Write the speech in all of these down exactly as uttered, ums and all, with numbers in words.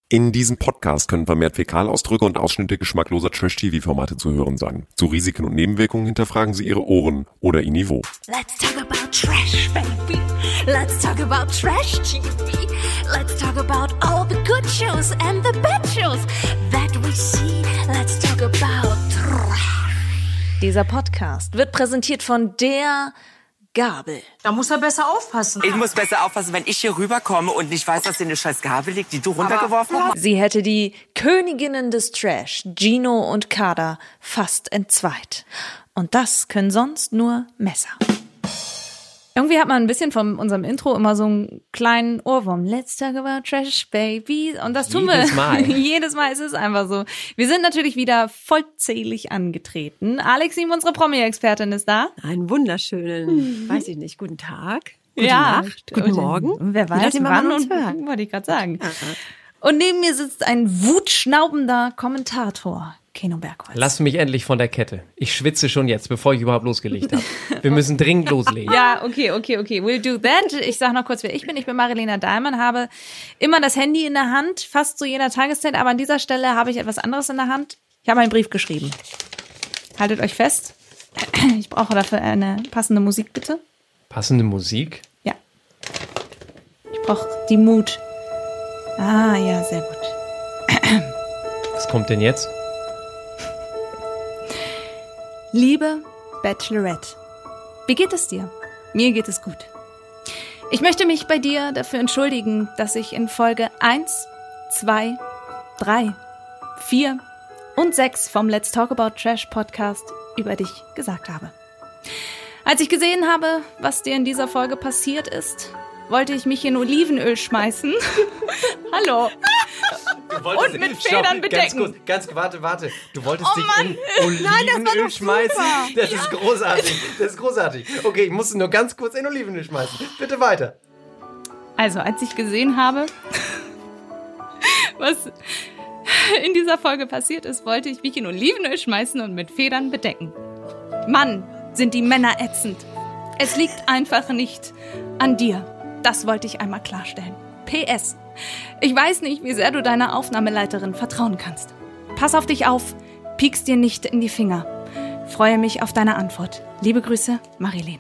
In diesem Podcast können vermehrt Fäkalausdrücke und Ausschnitte geschmackloser Trash-T V-Formate zu hören sein. Zu Risiken und Nebenwirkungen hinterfragen Sie Ihre Ohren oder Ihr Niveau. Let's talk about trash, baby. Let's talk about trash T V. Let's talk about all the good shows and the bad shows that we see. Let's talk about trash. Dieser Podcast wird präsentiert von der Gabel. Da muss er besser aufpassen. Ich muss besser aufpassen, wenn ich hier rüberkomme und nicht weiß, was in der scheiß Gabel liegt, die du runtergeworfen hast. Sie hätte die Königinnen des Trash, Gino und Kader, fast entzweit. Und das können sonst nur Messer. Irgendwie hat man ein bisschen von unserem Intro immer so einen kleinen Ohrwurm. Let's talk about trash, baby. Und das tun Jedes wir. Mal. Jedes Mal ist es einfach so. Wir sind natürlich wieder vollzählig angetreten. Alex Iem, unsere Promi-Expertin, ist da. Einen wunderschönen, weiß ich nicht, guten Tag, gute Ja. Nacht, guten Morgen. Wer weiß, nachdem, wann man uns und hört. wollte ich gerade sagen. Und neben mir sitzt ein wutschnaubender Kommentator, Keno Bergholz. Lass mich endlich von der Kette. Ich schwitze schon jetzt, bevor ich überhaupt losgelegt habe. Wir müssen dringend loslegen. Ja, okay, okay, okay. We'll do that. Ich sag noch kurz, wer ich bin. Ich bin Marilena Dahlmann, habe immer das Handy in der Hand, fast zu jeder Tageszeit, aber an dieser Stelle habe ich etwas anderes in der Hand. Ich habe einen Brief geschrieben. Haltet euch fest. Ich brauche dafür eine passende Musik, bitte. Passende Musik? Ja. Ich brauche die Mut. Ah, ja, sehr gut. Was kommt denn jetzt? Liebe Bachelorette, wie geht es dir? Mir geht es gut. Ich möchte mich bei dir dafür entschuldigen, dass ich in Folge eins, zwei, drei, vier und sechs vom Let's Talk About Trash Podcast über dich gesagt habe. Als ich gesehen habe, was dir in dieser Folge passiert ist, wollte ich mich in Olivenöl schmeißen. Hallo. Und mit Federn bedecken. Ganz kurz, ganz, warte, warte. Du wolltest Oh dich Mann. in Olivenöl schmeißen? Das ist großartig, das ist großartig. Okay, ich musste nur ganz kurz in Olivenöl schmeißen. Bitte weiter. Also, als ich gesehen habe, was in dieser Folge passiert ist, wollte ich mich in Olivenöl schmeißen und mit Federn bedecken. Mann, sind die Männer ätzend. Es liegt einfach nicht an dir. Das wollte ich einmal klarstellen. P S. Ich weiß nicht, wie sehr du deiner Aufnahmeleiterin vertrauen kannst. Pass auf dich auf, piekst dir nicht in die Finger. Freue mich auf deine Antwort. Liebe Grüße, Marilena.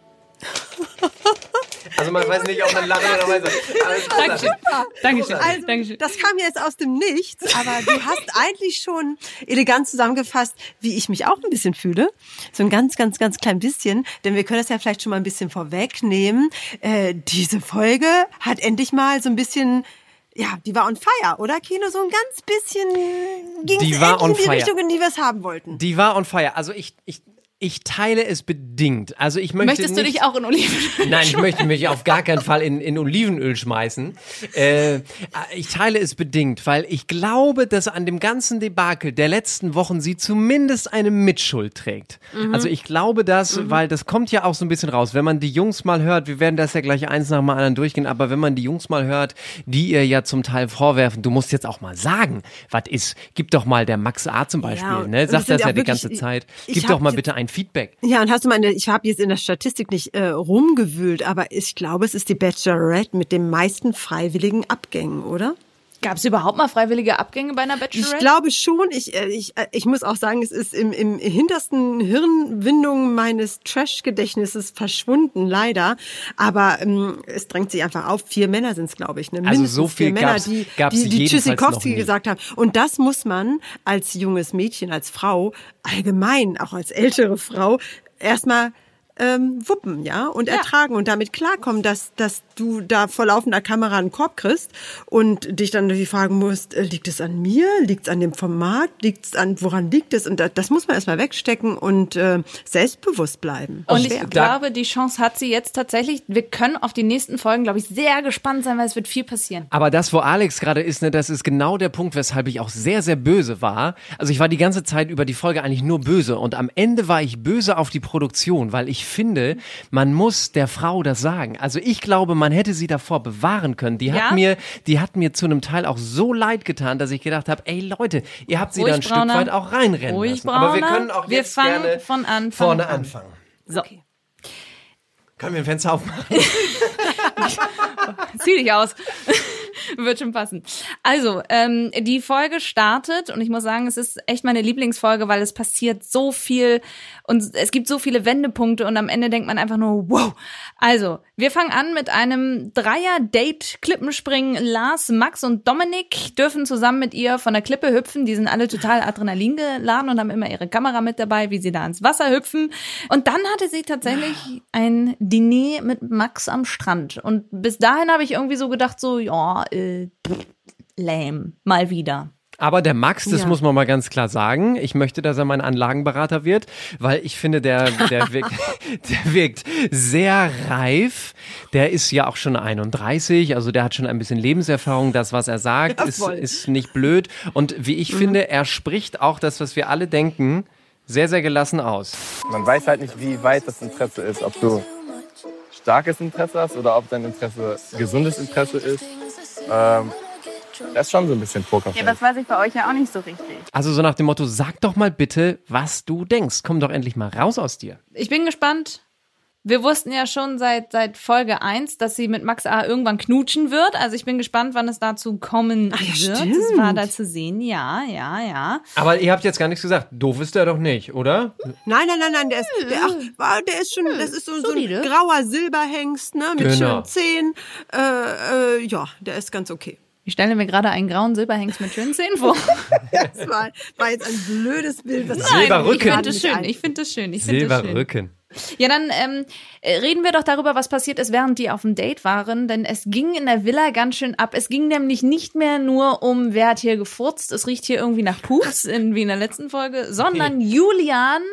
Also man weiß nicht, ob man lachen oder weiß. Dankeschön. Dankeschön. Also, Dankeschön. das kam jetzt aus dem Nichts, aber du hast eigentlich schon elegant zusammengefasst, wie ich mich auch ein bisschen fühle. So ein ganz, ganz, ganz klein bisschen, denn wir können das ja vielleicht schon mal ein bisschen vorwegnehmen. Äh, diese Folge hat endlich mal so ein bisschen... Ja, die war on fire, oder, Keno? So ein ganz bisschen ging es endlich in die Richtung, in die wir es haben wollten. Die war on fire. Also ich, ich, ich teile es bedingt. Also ich möchte Möchtest du nicht, dich auch in Olivenöl Nein, ich möchte mich auf gar keinen Fall in, in Olivenöl schmeißen. Äh, ich teile es bedingt, weil ich glaube, dass an dem ganzen Debakel der letzten Wochen sie zumindest eine Mitschuld trägt. Mhm. Also ich glaube das, mhm. weil das kommt ja auch so ein bisschen raus. Wenn man die Jungs mal hört, wir werden das ja gleich eins nach dem anderen durchgehen, aber wenn man die Jungs mal hört, die ihr ja zum Teil vorwerfen, du musst jetzt auch mal sagen, was ist, gib doch mal der Max A. zum Beispiel, Ja, ne? Sagt das ja, ja die wirklich, ganze Zeit. ich Gib hab doch mal jetzt- bitte ein Feedback. Ja, und hast du mal, in der- ich habe jetzt in der Statistik nicht äh, rumgewühlt, aber ich glaube, es ist die Bachelorette mit den meisten freiwilligen Abgängen, oder? Gab es überhaupt mal freiwillige Abgänge bei einer Bachelorette? Ich glaube schon. Ich, äh, ich, äh, ich muss auch sagen, es ist im, im hintersten Hirnwindung meines Trash-Gedächtnisses verschwunden, leider. Aber ähm, es drängt sich einfach auf. Vier Männer sind es, glaube ich. Ne? Also Mindestens so viel vier Männer, gab's- die, gab's die, die jedenfalls noch Tschüssikowski nie. gesagt haben. Und das muss man als junges Mädchen, als Frau, allgemein, auch als ältere Frau, erstmal ähm, wuppen, ja, und Ja. ertragen und damit klarkommen, dass, dass du da vor laufender Kamera einen Korb kriegst und dich dann natürlich fragen musst, äh, liegt es an mir, liegt es an dem Format, liegt es an, woran liegt es? Und da, das muss man erstmal wegstecken und äh, selbstbewusst bleiben. Und ich Schwer. glaube, die Chance hat sie jetzt tatsächlich. Wir können auf die nächsten Folgen, glaube ich, sehr gespannt sein, weil es wird viel passieren. Aber das, wo Alex gerade ist, ne, das ist genau der Punkt, weshalb ich auch sehr, sehr böse war. Also ich war die ganze Zeit über die Folge eigentlich nur böse und am Ende war ich böse auf die Produktion, weil ich finde, man muss der Frau das sagen. Also ich glaube, man hätte sie davor bewahren können. Die Ja? hat mir, die hat mir zu einem Teil auch so leid getan, dass ich gedacht habe, ey Leute, ihr habt sie Ruhig, da ein Brauner. Stück weit auch reinrennen Ruhig, lassen. Aber wir Brauner. können auch Wir jetzt fangen gerne von Anfang vorne an. anfangen. So, Okay. Können wir ein Fenster aufmachen? zieh dich aus. Wird schon passen. Also, ähm, die Folge startet und ich muss sagen, es ist echt meine Lieblingsfolge, weil es passiert so viel und es gibt so viele Wendepunkte und am Ende denkt man einfach nur, wow. Also, wir fangen an mit einem Dreier-Date-Klippenspringen. Lars, Max und Dominik dürfen zusammen mit ihr von der Klippe hüpfen. Die sind alle total Adrenalin geladen und haben immer ihre Kamera mit dabei, wie sie da ins Wasser hüpfen. Und dann hatte sie tatsächlich ein Diner mit Max am Strand. Und bis dahin habe ich irgendwie so gedacht, so, ja, äh, lame, mal wieder. Aber der Max, das Ja. muss man mal ganz klar sagen, ich möchte, dass er mein Anlagenberater wird, weil ich finde, der, der, wirkt, der wirkt sehr reif. Der ist ja auch schon einunddreißig, also der hat schon ein bisschen Lebenserfahrung. Das, was er sagt, Ja, ist, voll. ist nicht blöd. Und wie ich mhm. finde, er spricht auch das, was wir alle denken, sehr, sehr gelassen aus. Man weiß halt nicht, wie weit das Interesse ist, ob du starkes Interesse hast oder ob dein Interesse gesundes Interesse ist. Ähm, das ist schon so ein bisschen Poker. Ja, das weiß ich bei euch ja auch nicht so richtig. Also so nach dem Motto, sag doch mal bitte, was du denkst. Komm doch endlich mal raus aus dir. Ich bin gespannt. Wir wussten ja schon seit seit Folge eins, dass sie mit Max A. irgendwann knutschen wird. Also ich bin gespannt, wann es dazu kommen Ach ja, wird. stimmt. Das war da zu sehen. Ja, ja, ja. Aber ihr habt jetzt gar nichts gesagt. Doof ist der doch nicht, oder? Nein, nein, nein, nein, der ist, der, ach, war- der ist schon, das ist so, so ein Solide. grauer Silberhengst, ne, mit Genau. schönen Zähnen. Äh, äh, ja, der ist ganz okay. Ich stelle mir gerade einen grauen Silberhengst mit schönen Zähnen vor. Das war, war jetzt ein blödes Bild. Was Silberrücken. Ich finde das Nicht schön. ein. Ich finde das schön. Ich finde das schön. Silberrücken. Ja, dann ähm, äh, reden wir doch darüber, was passiert ist, während die auf dem Date waren. Denn es ging in der Villa ganz schön ab. Es ging nämlich nicht mehr nur um, wer hat hier gefurzt, es riecht hier irgendwie nach Pups, in, wie in der letzten Folge, sondern Julian,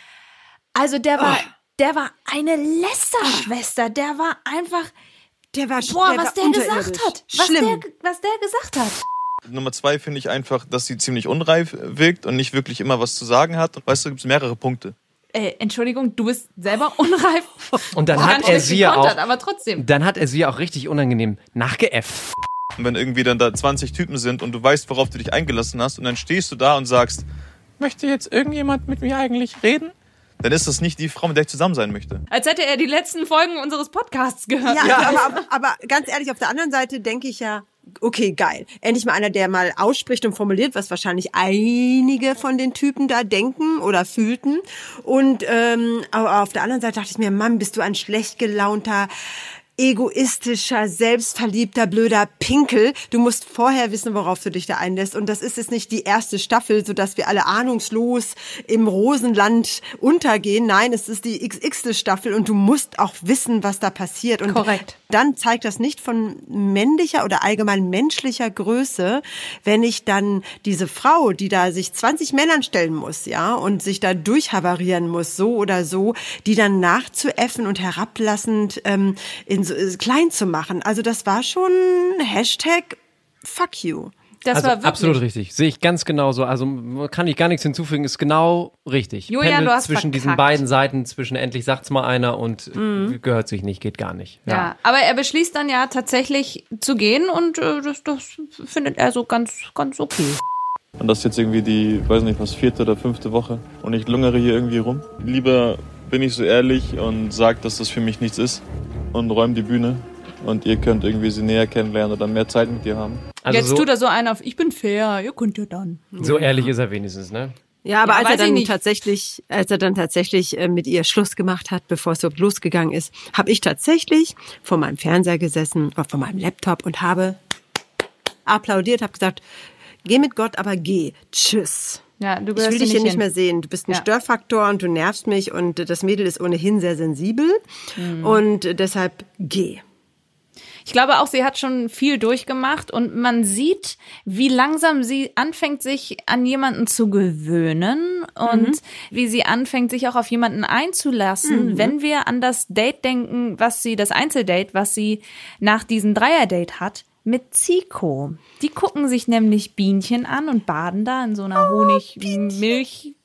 also der war, der war eine Lästerschwester. Der war einfach, Der war, boah, der was war der unterirdisch. gesagt hat. Was Schlimm. der, was der gesagt hat. Nummer zwei finde ich einfach, dass sie ziemlich unreif wirkt und nicht wirklich immer was zu sagen hat. Und weißt du, gibt es mehrere Punkte. Äh, Entschuldigung, du bist selber unreif. Und dann Boah, hat ganz er schlecht sie ja gekontert, auch, aber trotzdem. dann hat er sie ja auch richtig unangenehm nachgeäfft. Und wenn irgendwie dann da zwanzig Typen sind und du weißt, worauf du dich eingelassen hast und dann stehst du da und sagst, möchte jetzt irgendjemand mit mir eigentlich reden? Dann ist das nicht die Frau, mit der ich zusammen sein möchte. Als hätte er die letzten Folgen unseres Podcasts gehört. Ja, aber, aber, aber ganz ehrlich, auf der anderen Seite denke ich ja, okay, geil. Endlich mal einer, der mal ausspricht und formuliert, was wahrscheinlich einige von den Typen da denken oder fühlten. Und ähm, aber auf der anderen Seite dachte ich mir, Mann, bist du ein schlecht gelaunter, egoistischer, selbstverliebter, blöder Pinkel. Du musst vorher wissen, worauf du dich da einlässt. Und das ist jetzt nicht die erste Staffel, sodass wir alle ahnungslos im Rosenland untergehen. Nein, es ist die X X-te Staffel und du musst auch wissen, was da passiert. Und Korrekt. dann zeigt das nicht von männlicher oder allgemein menschlicher Größe, wenn ich dann diese Frau, die da sich zwanzig Männern stellen muss, ja, und sich da durchhavarieren muss, so oder so, die dann nachzuäffen und herablassend ähm, in so, äh, klein zu machen. Also das war schon Hashtag Fuck you. Das Also war wirklich. absolut richtig. Sehe ich ganz genauso. Also kann ich gar nichts hinzufügen, ist genau richtig. Julian, Pendelt du hast zwischen diesen verkackt. beiden Seiten, zwischen endlich sagt's mal einer und äh, gehört sich nicht, geht gar nicht. Ja. aber er beschließt dann ja tatsächlich zu gehen und äh, das, das findet er so ganz, ganz okay. Und das ist jetzt irgendwie die, weiß nicht was, vierte oder fünfte Woche. Und ich lungere hier irgendwie rum. Lieber bin ich so ehrlich und sage, dass das für mich nichts ist. Und räume die Bühne. Und ihr könnt irgendwie sie näher kennenlernen oder mehr Zeit mit ihr haben. Also Jetzt so, tut er so einen auf, ich bin fair, ihr könnt ja dann. so ehrlich ist er wenigstens, ne? Ja, aber Ja, als weiß er ich dann nicht. tatsächlich, als er dann tatsächlich äh, mit ihr Schluss gemacht hat, bevor es überhaupt losgegangen ist, habe ich tatsächlich vor meinem Fernseher gesessen, oder vor meinem Laptop und habe applaudiert, habe gesagt, geh mit Gott, aber geh, tschüss. Ja, du Ich gehörst will dich hier nicht hin. mehr sehen. Du bist ein Ja. Störfaktor und du nervst mich und das Mädel ist ohnehin sehr sensibel Mhm. und deshalb geh. Ich glaube auch, sie hat schon viel durchgemacht und man sieht, wie langsam sie anfängt, sich an jemanden zu gewöhnen und Mhm. wie sie anfängt, sich auch auf jemanden einzulassen, Mhm. wenn wir an das Date denken, was sie, das Einzeldate, was sie nach diesem Dreier-Date hat, mit Zico. Die gucken sich nämlich Bienchen an und baden da in so einer Honig-Milch-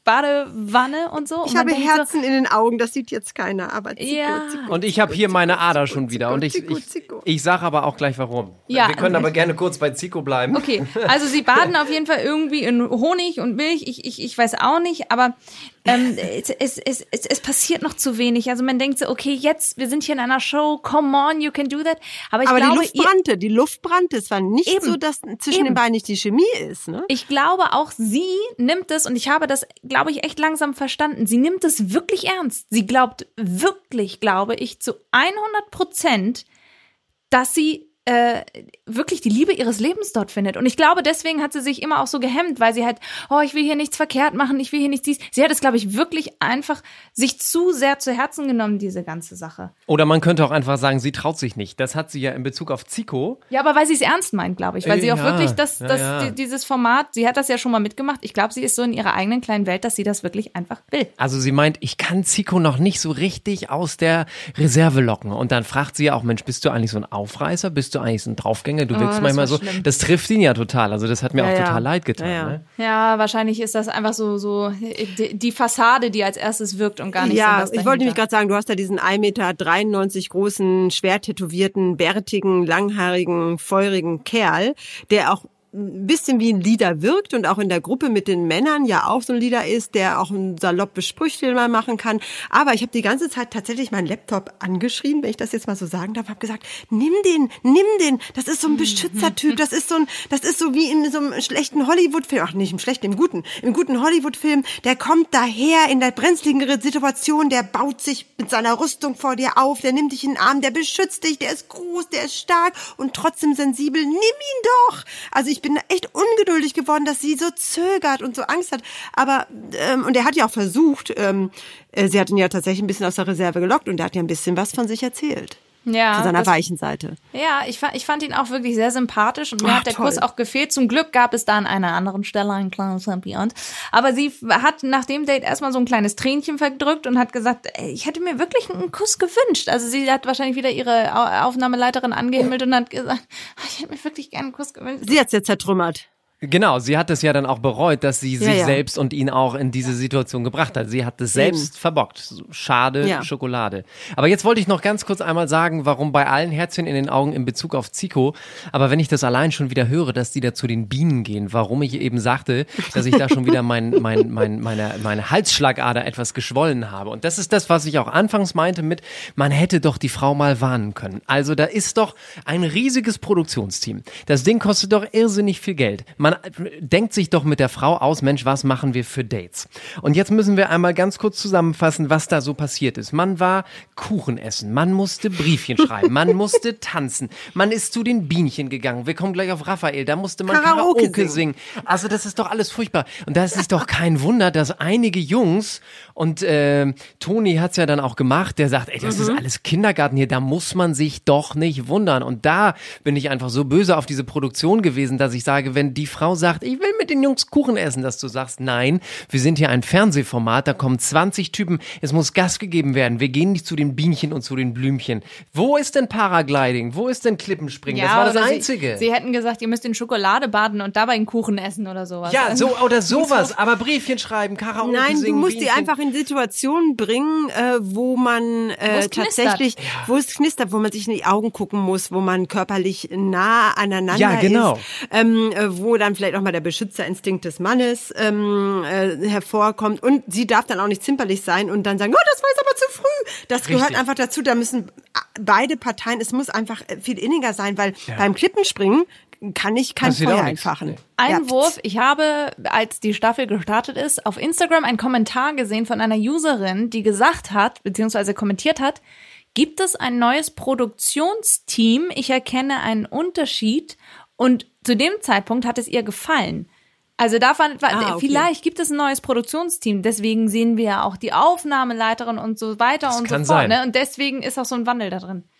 Badewanne und so. Und Ich man habe denkt Herzen in den Augen, das sieht jetzt keiner, aber Zico, Ja. Zico, Und ich habe hier meine Ader schon wieder. Und ich, Zico, ich, Zico. ich sage aber auch gleich warum. Ja. Wir können aber gerne kurz bei Zico bleiben. Okay, also sie baden auf jeden Fall irgendwie in Honig und Milch. Ich, ich, ich weiß auch nicht, aber ähm, es, es, es, es, es passiert noch zu wenig. Also man denkt so, okay, jetzt, wir sind hier in einer Show, come on, you can do that. Aber ich aber glaube, die Luft brannte, die Luft brannte. Es war nicht Eben. so, dass zwischen Eben. den beiden nicht die Chemie ist. Ne? Ich glaube, auch sie nimmt es, und ich habe das, glaube ich, echt langsam verstanden, sie nimmt es wirklich ernst. Sie glaubt wirklich, glaube ich, zu hundert Prozent, dass sie äh, wirklich die Liebe ihres Lebens dort findet. Und ich glaube, deswegen hat sie sich immer auch so gehemmt, weil sie halt, oh, ich will hier nichts verkehrt machen, ich will hier nichts dies. Sie hat es, glaube ich, wirklich einfach sich zu sehr zu Herzen genommen, diese ganze Sache. Oder man könnte auch einfach sagen, sie traut sich nicht. Das hat sie ja in Bezug auf Zico. Ja, aber weil sie es ernst meint, glaube ich. Weil sie auch Ja, wirklich das, ja, das, ja. die- dieses Format, sie hat das ja schon mal mitgemacht. Ich glaube, sie ist so in ihrer eigenen kleinen Welt, dass sie das wirklich einfach will. Also sie meint, ich kann Zico noch nicht so richtig aus der Reserve locken. Und dann fragt sie ja auch, Mensch, bist du eigentlich so ein Aufreißer? Bist du eigentlich so ein Draufgänger? Du wirkst das manchmal war so. schlimm. Das trifft ihn ja total. Also das hat mir Ja, auch ja. total leid getan. Ja, ja. Ne? Ja, wahrscheinlich ist das einfach so, so die, die Fassade, die als erstes wirkt und gar nicht so Ja, das ich wollte dahinter. nämlich gerade sagen, du hast da diesen ein Meter dreiundneunzig großen, schwer tätowierten, bärtigen, langhaarigen, feurigen Kerl, der auch ein bisschen wie ein Leader wirkt und auch in der Gruppe mit den Männern ja auch so ein Leader ist, der auch ein saloppe Sprüche mal machen kann. Aber ich habe die ganze Zeit tatsächlich meinen Laptop angeschrien, wenn ich das jetzt mal so sagen darf, habe gesagt, nimm den, nimm den, das ist so ein Beschützertyp, das ist so ein, das ist so wie in so einem schlechten Hollywood-Film, ach nicht im schlechten, im guten, im guten Hollywood-Film, der kommt daher in der brenzligen Situation, der baut sich mit seiner Rüstung vor dir auf, der nimmt dich in den Arm, der beschützt dich, der ist groß, der ist stark und trotzdem sensibel, nimm ihn doch! Also ich bin echt ungeduldig geworden, dass sie so zögert und so Angst hat. Aber, ähm, und er hat ja auch versucht, ähm, äh, sie hat ihn ja tatsächlich ein bisschen aus der Reserve gelockt und er hat ja ein bisschen was von sich erzählt. ja, Von seiner das, weichen Seite. ja, ich fand, ich fand ihn auch wirklich sehr sympathisch und mir Ach, hat der toll. Kuss auch gefehlt. Zum Glück gab es da an einer anderen Stelle ein kleines Happy End. Aber sie hat nach dem Date erstmal so ein kleines Tränchen verdrückt und hat gesagt, ey, ich hätte mir wirklich einen Kuss gewünscht. Also sie hat wahrscheinlich wieder ihre Au- Aufnahmeleiterin angehimmelt und hat gesagt, ich hätte mir wirklich gerne einen Kuss gewünscht. Sie hat's jetzt zertrümmert. Genau, sie hat es ja dann auch bereut, dass sie Ja, sich ja. selbst und ihn auch in diese Situation gebracht hat. Sie hat es selbst verbockt. So, Schade, Ja. Schokolade. Aber jetzt wollte ich noch ganz kurz einmal sagen, warum bei allen Herzchen in den Augen in Bezug auf Zico, aber wenn ich das allein schon wieder höre, dass die da zu den Bienen gehen, warum ich eben sagte, dass ich da schon wieder mein, mein, mein, meine, meine Halsschlagader etwas geschwollen habe. Und das ist das, was ich auch anfangs meinte mit, man hätte doch die Frau mal warnen können. Also da ist doch ein riesiges Produktionsteam. Das Ding kostet doch irrsinnig viel Geld. Man denkt sich doch mit der Frau aus, Mensch, was machen wir für Dates? Und jetzt müssen wir einmal ganz kurz zusammenfassen, was da so passiert ist. Man war Kuchen essen, man musste Briefchen schreiben, man musste tanzen, man ist zu den Bienchen gegangen. Wir kommen gleich auf Raphael, da musste man Karaoke Karaoke, singen. Also das ist doch alles furchtbar. Und das ist doch kein Wunder, dass einige Jungs, und äh, Toni hat's ja dann auch gemacht, der sagt, ey, das ist alles Kindergarten hier, da muss man sich doch nicht wundern. Und da bin ich einfach so böse auf diese Produktion gewesen, dass ich sage, wenn die Frau sagt, ich will mit den Jungs Kuchen essen, dass du sagst, nein, wir sind hier ein Fernsehformat, da kommen zwanzig Typen, es muss Gas gegeben werden, wir gehen nicht zu den Bienchen und zu den Blümchen. Wo ist denn Paragliding? Wo ist denn Klippenspringen? das war das oder Einzige. Sie, sie hätten gesagt, ihr müsst in Schokolade baden und dabei einen Kuchen essen oder sowas. ja, so oder sowas, aber Briefchen schreiben, Karaoke Nein, singen, du musst die Bienchen. einfach in Situationen bringen, äh, wo man äh, Wo es knistert. tatsächlich, wo es knistert, wo man sich in die Augen gucken muss, wo man körperlich nah aneinander Ja, genau. ist, ähm, äh, wo dann vielleicht auch mal der Beschützerinstinkt des Mannes ähm, äh, hervorkommt und sie darf dann auch nicht zimperlich sein und dann sagen, oh, das war jetzt aber zu früh. Das Richtig. gehört einfach dazu, da müssen beide Parteien, es muss einfach viel inniger sein, weil beim Klippenspringen kann ich kein Passiert Feuer auch nichts. entfachen. Nee. Einwurf, ich habe, als die Staffel gestartet ist, auf Instagram einen Kommentar gesehen von einer Userin, die gesagt hat, beziehungsweise kommentiert hat, gibt es ein neues Produktionsteam? Ich erkenne einen Unterschied und zu dem Zeitpunkt hat es ihr gefallen. Also da fand, Ah, okay. vielleicht gibt es ein neues Produktionsteam, deswegen sehen wir ja auch die Aufnahmeleiterin und so weiter Das und so kann fort. sein. Ne? Und deswegen ist auch so ein Wandel da drin.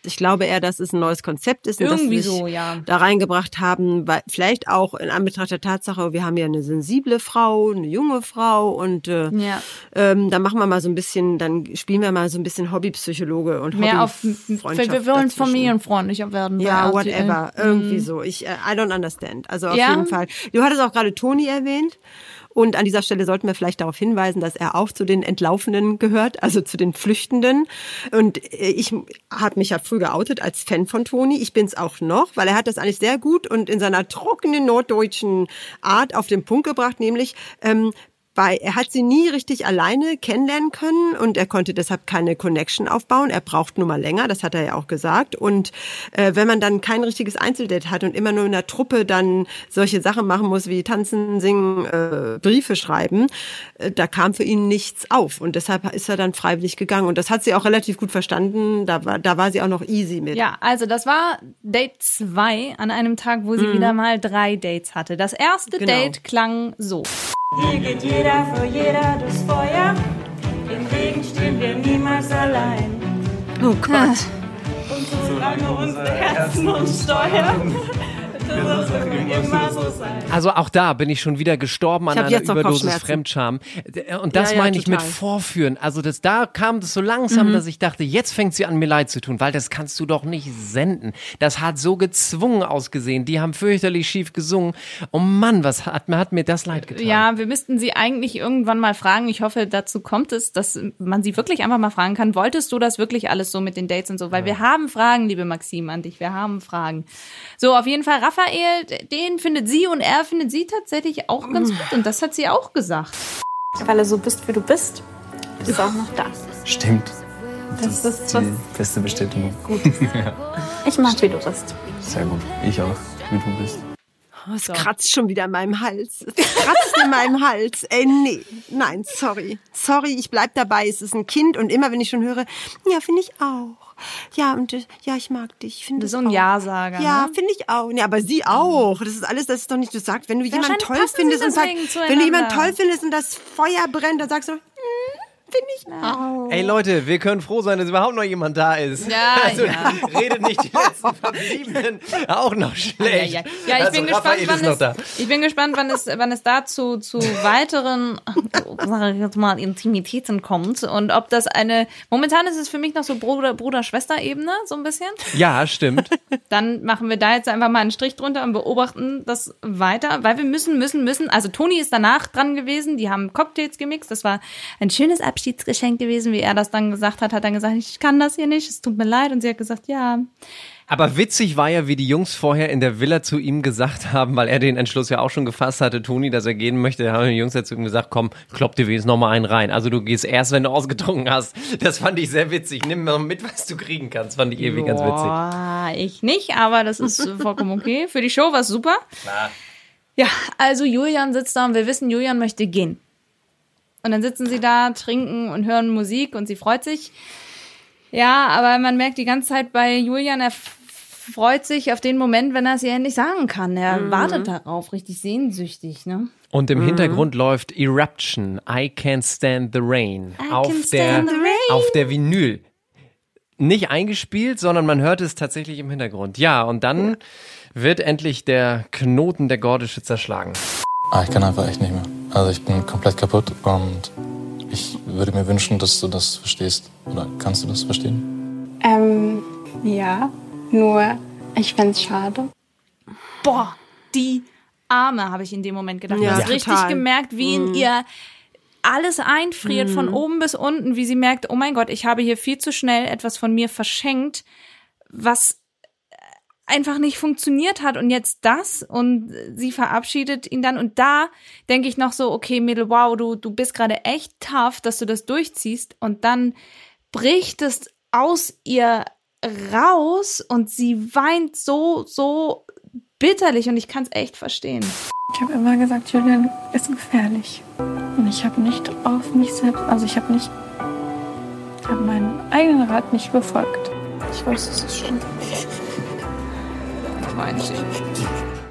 Ich glaube eher, dass es ein neues Konzept ist und Irgendwie dass sie sich so, ja. da reingebracht haben, weil vielleicht auch in Anbetracht der Tatsache, wir haben ja eine sensible Frau, eine junge Frau und äh, Ja. ähm, dann machen wir mal so ein bisschen, dann spielen wir mal so ein bisschen Hobbypsychologe und Mehr auf, Hobbyfreundschaft wir wollen dazwischen. familienfreundlicher werden. Ja, bei R T L. whatever, irgendwie so. Ich, äh, I don't understand. Also auf Ja. jeden Fall. Du hattest auch gerade Toni erwähnt. Und an dieser Stelle sollten wir vielleicht darauf hinweisen, dass er auch zu den Entlaufenen gehört, also zu den Flüchtenden. Und ich habe mich ja früh geoutet als Fan von Toni. Ich bin's auch noch, weil er hat das eigentlich sehr gut und in seiner trockenen norddeutschen Art auf den Punkt gebracht, nämlich ähm, Bei, er hat sie nie richtig alleine kennenlernen können und er konnte deshalb keine Connection aufbauen. Er braucht nur mal länger, das hat er ja auch gesagt. Und äh, wenn man dann kein richtiges Einzeldate hat und immer nur in der Truppe dann solche Sachen machen muss wie tanzen, singen, äh, Briefe schreiben, äh, da kam für ihn nichts auf. Und deshalb ist er dann freiwillig gegangen. Und das hat sie auch relativ gut verstanden. Da war, da war sie auch noch easy mit. Ja, also das war Date zwei an einem Tag, wo sie Mhm. wieder mal drei Dates hatte. Das erste Genau. Date klang so. Hier geht jeder für jeder durchs Feuer. Im Regen stehen wir niemals allein. Oh Gott. Und solange unsere Herzen uns steuern, wird es immer so sein. Also auch da bin ich schon wieder gestorben an Ich hab einer jetzt noch Überdosis Kopfschmerzen. Fremdscham. Und das Ja, ja, meine ich mit total. Vorführen. Also das, da kam das so langsam, Mhm. dass ich dachte, jetzt fängt sie an, mir leid zu tun, weil das kannst du doch nicht senden. Das hat so gezwungen ausgesehen. Die haben fürchterlich schief gesungen. Oh Mann, was hat, hat mir das leid getan. Ja, wir müssten sie eigentlich irgendwann mal fragen. Ich hoffe, dazu kommt es, dass man sie wirklich einfach mal fragen kann. Wolltest du das wirklich alles so mit den Dates und so? Weil wir haben Fragen, liebe Maxim, an dich. Wir haben Fragen. So, auf jeden Fall, Raphael, den findet sie und er findet sie tatsächlich auch ganz gut. Und das hat sie auch gesagt. Weil du so bist, wie du bist, bist du auch noch da. Stimmt. Das ist Die beste Bestätigung. Gut. Ich mag, wie du bist. Sehr gut. Ich auch, wie du bist. Oh, es kratzt schon wieder in meinem Hals. Es kratzt in meinem Hals. Ey, nee. Nein, sorry. Sorry, ich bleib dabei. Es ist ein Kind und immer, wenn ich schon höre, ja, finde ich auch. Ja, und äh, ja, ich mag dich. Ich finde Das ist es so ein auch. Ja-Sager, Ja, ne? finde ich auch. Ja, aber sie auch. Das ist alles, das ist doch nicht, du sagst, wenn du jemanden Wahrscheinlich toll passen sie findest und sag, deswegen wenn du jemanden zueinander. toll findest und das Feuer brennt, dann sagst du, hm, finde ich auch. Ey Leute, wir können froh sein, dass überhaupt noch jemand da ist. Ja, also, ja. Redet nicht die letzten Verbliebenen auch noch schlecht. Ja, ja. ja ich, Also, bin gespannt, Raphael wann ist noch es, da. ich bin gespannt, wann es, wann es dazu zu weiteren, sag ich jetzt mal, Intimitäten kommt und ob das eine, momentan ist es für mich noch so Bruder, Bruder-Schwester-Ebene, so ein bisschen. Ja, stimmt. Dann machen wir da jetzt einfach mal einen Strich drunter und beobachten das weiter, weil wir müssen, müssen, müssen, also Toni ist danach dran gewesen, die haben Cocktails gemixt, das war ein schönes Abschiedsgeschenk gewesen, wie er das dann gesagt hat, hat dann gesagt, ich kann das hier nicht, es tut mir leid und sie hat gesagt, ja. Aber witzig war ja, wie die Jungs vorher in der Villa zu ihm gesagt haben, weil er den Entschluss ja auch schon gefasst hatte, Toni, dass er gehen möchte, da haben die Jungs ja zu ihm gesagt, komm, klopp dir wenigstens noch mal einen rein. Also du gehst erst, wenn du ausgetrunken hast. Das fand ich sehr witzig. Nimm mal mit, was du kriegen kannst. Fand ich irgendwie ganz witzig. Boah, ich nicht, aber das ist vollkommen okay. Für die Show war es super. Klar. Ja, also Julian sitzt da und wir wissen, Julian möchte gehen. Und dann sitzen sie da, trinken und hören Musik und sie freut sich. Ja, aber man merkt die ganze Zeit bei Julian, er f- freut sich auf den Moment, wenn er es ihr endlich sagen kann. Er Mhm. wartet darauf, richtig sehnsüchtig, ne? Und im Mhm. Hintergrund läuft Eruption, I Can't Stand the Rain. I auf Can't der, Stand the Rain. auf der Vinyl. Nicht eingespielt, sondern man hört es tatsächlich im Hintergrund. Ja, und dann wird endlich der Knoten der Gordische zerschlagen. Ah, ich kann einfach echt nicht mehr. Also ich bin komplett kaputt und ich würde mir wünschen, dass du das verstehst. Oder kannst du das verstehen? Ähm, ja, nur ich fänd's schade. Boah, die Arme, habe ich in dem Moment gedacht. Ja, du hast richtig total. gemerkt, wie in Mhm. ihr alles einfriert, von oben bis unten, wie sie merkt, oh mein Gott, ich habe hier viel zu schnell etwas von mir verschenkt, was einfach nicht funktioniert hat und jetzt das und sie verabschiedet ihn dann und da denke ich noch so, okay Mädel, wow, du, du bist gerade echt tough, dass du das durchziehst und dann bricht es aus ihr raus und sie weint so, so bitterlich und ich kann es echt verstehen. Ich habe immer gesagt, Julian ist gefährlich. Und ich habe nicht auf mich selbst, also ich habe nicht, ich habe meinen eigenen Rat nicht befolgt. Ich weiß, es ist schon. Weint sie.